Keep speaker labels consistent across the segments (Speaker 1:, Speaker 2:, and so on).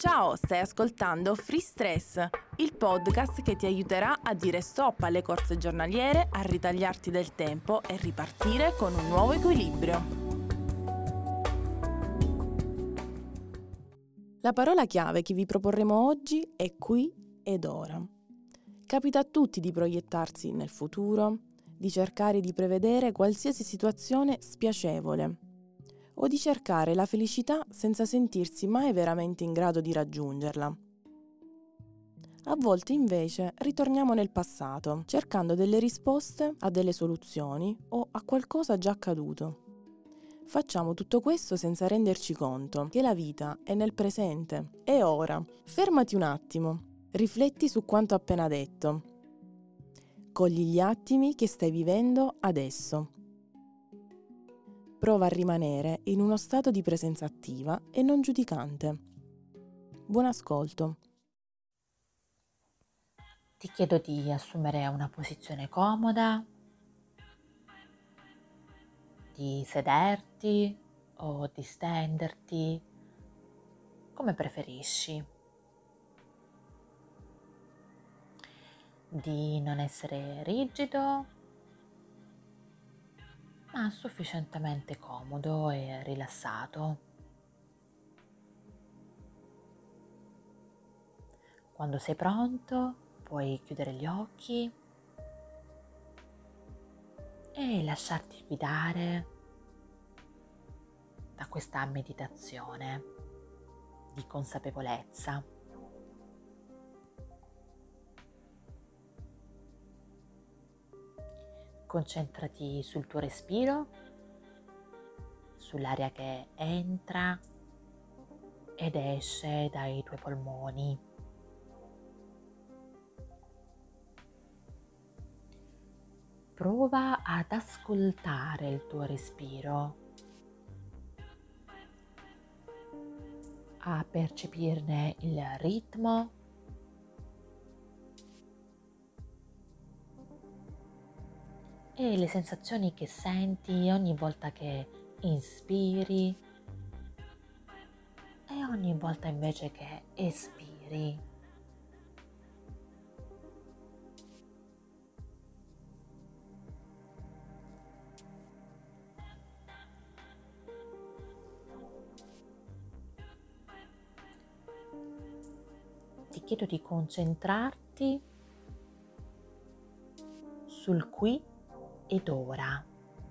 Speaker 1: Ciao, stai ascoltando Free Stress, il podcast che ti aiuterà a dire stop alle corse giornaliere, a ritagliarti del tempo e ripartire con un nuovo equilibrio. La parola chiave che vi proporremo oggi è qui ed ora. Capita a tutti di proiettarsi nel futuro, di cercare di prevedere qualsiasi situazione spiacevole o di cercare la felicità senza sentirsi mai veramente in grado di raggiungerla. A volte invece ritorniamo nel passato, cercando delle risposte a delle soluzioni o a qualcosa già accaduto. Facciamo tutto questo senza renderci conto che la vita è nel presente, è ora. Fermati un attimo, rifletti su quanto appena detto. Cogli gli attimi che stai vivendo adesso. Prova a rimanere in uno stato di presenza attiva e non giudicante. Buon ascolto.
Speaker 2: Ti chiedo di assumere una posizione comoda, di sederti o di stenderti, come preferisci, di non essere rigido, ma sufficientemente comodo e rilassato. Quando sei pronto, puoi chiudere gli occhi e lasciarti guidare da questa meditazione di consapevolezza. Concentrati sul tuo respiro, sull'aria che entra ed esce dai tuoi polmoni. Prova ad ascoltare il tuo respiro, a percepirne il ritmo e le sensazioni che senti ogni volta che inspiri e ogni volta invece che espiri. Ti chiedo di concentrarti sul qui ed ora,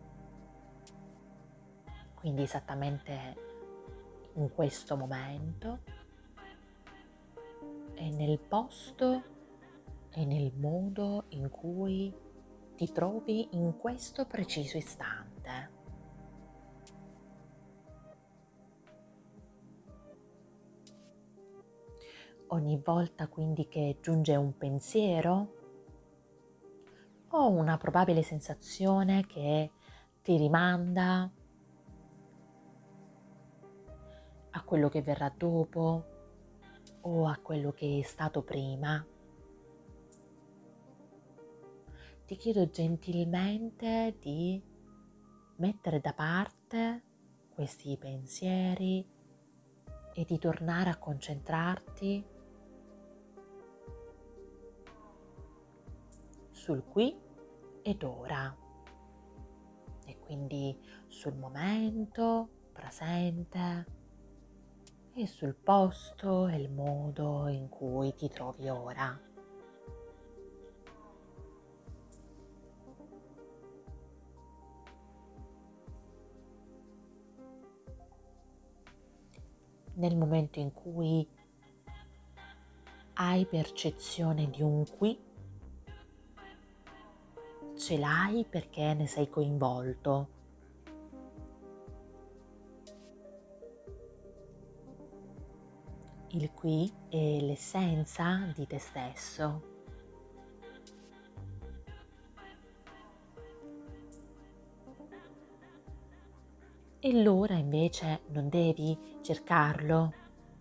Speaker 2: quindi esattamente in questo momento e nel posto e nel modo in cui ti trovi in questo preciso istante. Ogni volta quindi che giunge un pensiero o una probabile sensazione che ti rimanda a quello che verrà dopo o a quello che è stato prima, ti chiedo gentilmente di mettere da parte questi pensieri e di tornare a concentrarti sul qui ed ora e quindi sul momento presente e sul posto e il modo in cui ti trovi ora. Nel momento in cui hai percezione di un qui, ce l'hai perché ne sei coinvolto. Il qui è l'essenza di te stesso. E l'ora invece non devi cercarlo.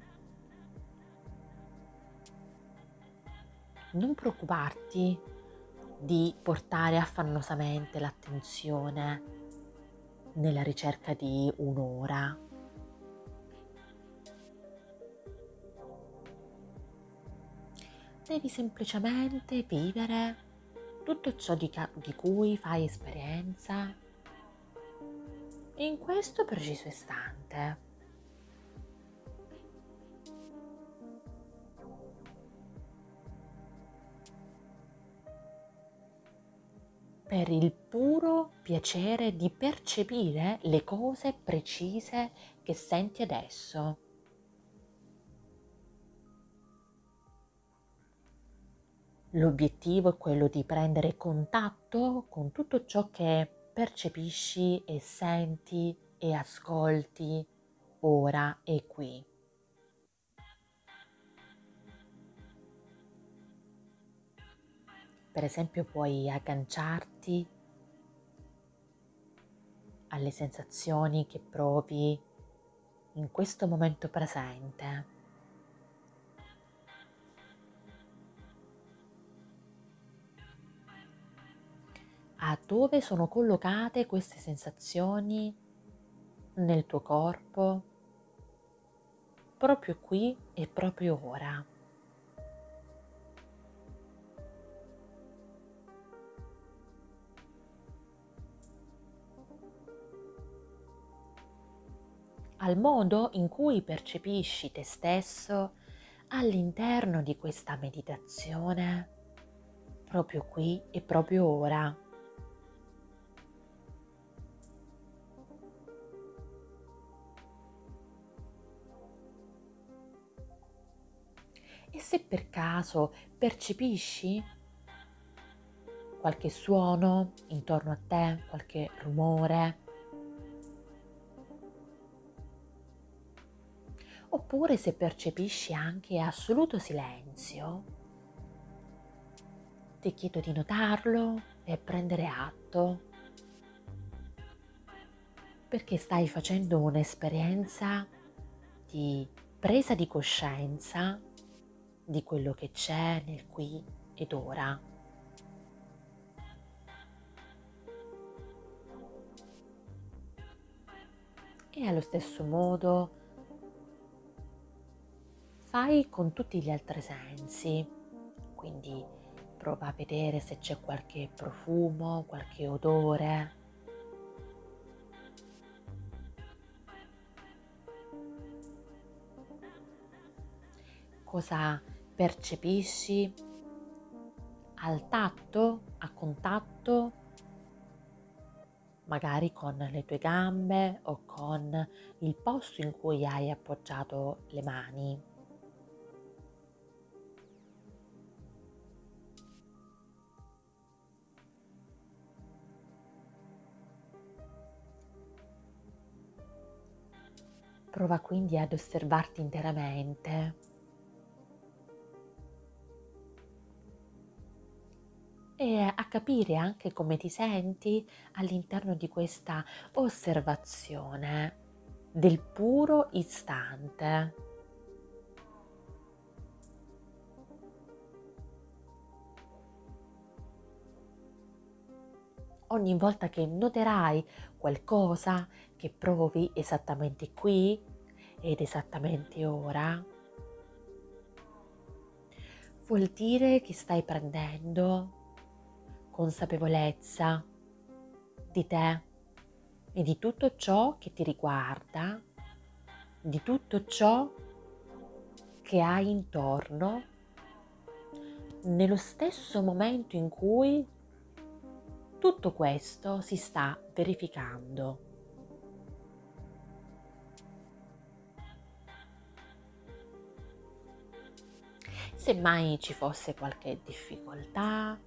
Speaker 2: Non preoccuparti di portare affannosamente l'attenzione nella ricerca di un'ora. devi semplicemente vivere tutto ciò di cui fai esperienza in questo preciso istante. Per il puro piacere di percepire le cose precise che senti adesso. L'obiettivo è quello di prendere contatto con tutto ciò che percepisci e senti e ascolti ora e qui. Per esempio, puoi agganciarti alle sensazioni che provi in questo momento presente. A dove sono collocate queste sensazioni nel tuo corpo, proprio qui e proprio ora. Al modo in cui percepisci te stesso all'interno di questa meditazione, proprio qui e proprio ora. E se per caso percepisci qualche suono intorno a te, qualche rumore, oppure se percepisci anche assoluto silenzio, ti chiedo di notarlo e prendere atto, perché stai facendo un'esperienza di presa di coscienza di quello che c'è nel qui ed ora. E allo stesso modo fai con tutti gli altri sensi, quindi prova a vedere se c'è qualche profumo, qualche odore. Cosa percepisci al tatto, a contatto, magari con le tue gambe o con il posto in cui hai appoggiato le mani. Prova quindi ad osservarti interamente e a capire anche come ti senti all'interno di questa osservazione del puro istante. Ogni volta che noterai qualcosa che provi esattamente qui ed esattamente ora, vuol dire che stai prendendo consapevolezza di te e di tutto ciò che ti riguarda, di tutto ciò che hai intorno, nello stesso momento in cui tutto questo si sta verificando. Se mai ci fosse qualche difficoltà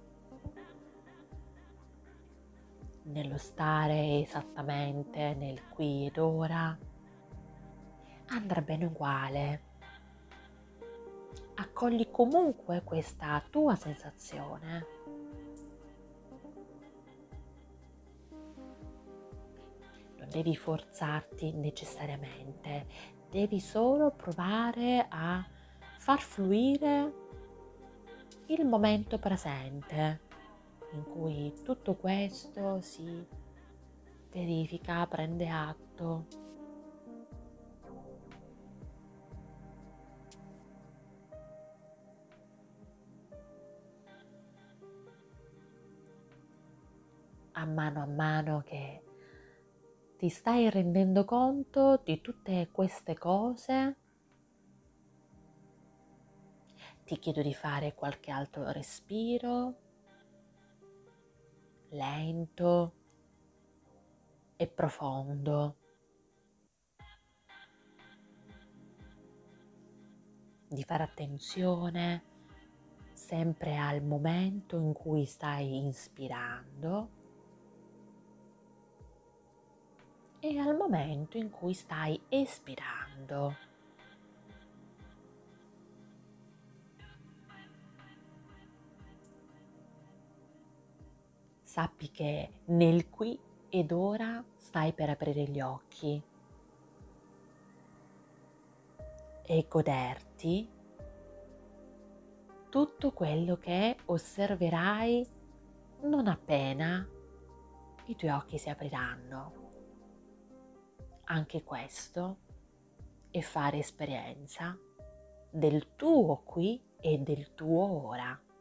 Speaker 2: nello stare esattamente nel qui ed ora, andrà bene uguale. Accogli comunque questa tua sensazione. Non devi forzarti necessariamente, devi solo provare a far fluire il momento presente in cui tutto questo si verifica, prende atto. a mano che ti stai rendendo conto di tutte queste cose, ti chiedo di fare qualche altro respiro lento e profondo, di fare attenzione sempre al momento in cui stai inspirando e al momento in cui stai espirando. Sappi che nel qui ed ora stai per aprire gli occhi e goderti tutto quello che osserverai non appena i tuoi occhi si apriranno. Anche questo è fare esperienza del tuo qui e del tuo ora.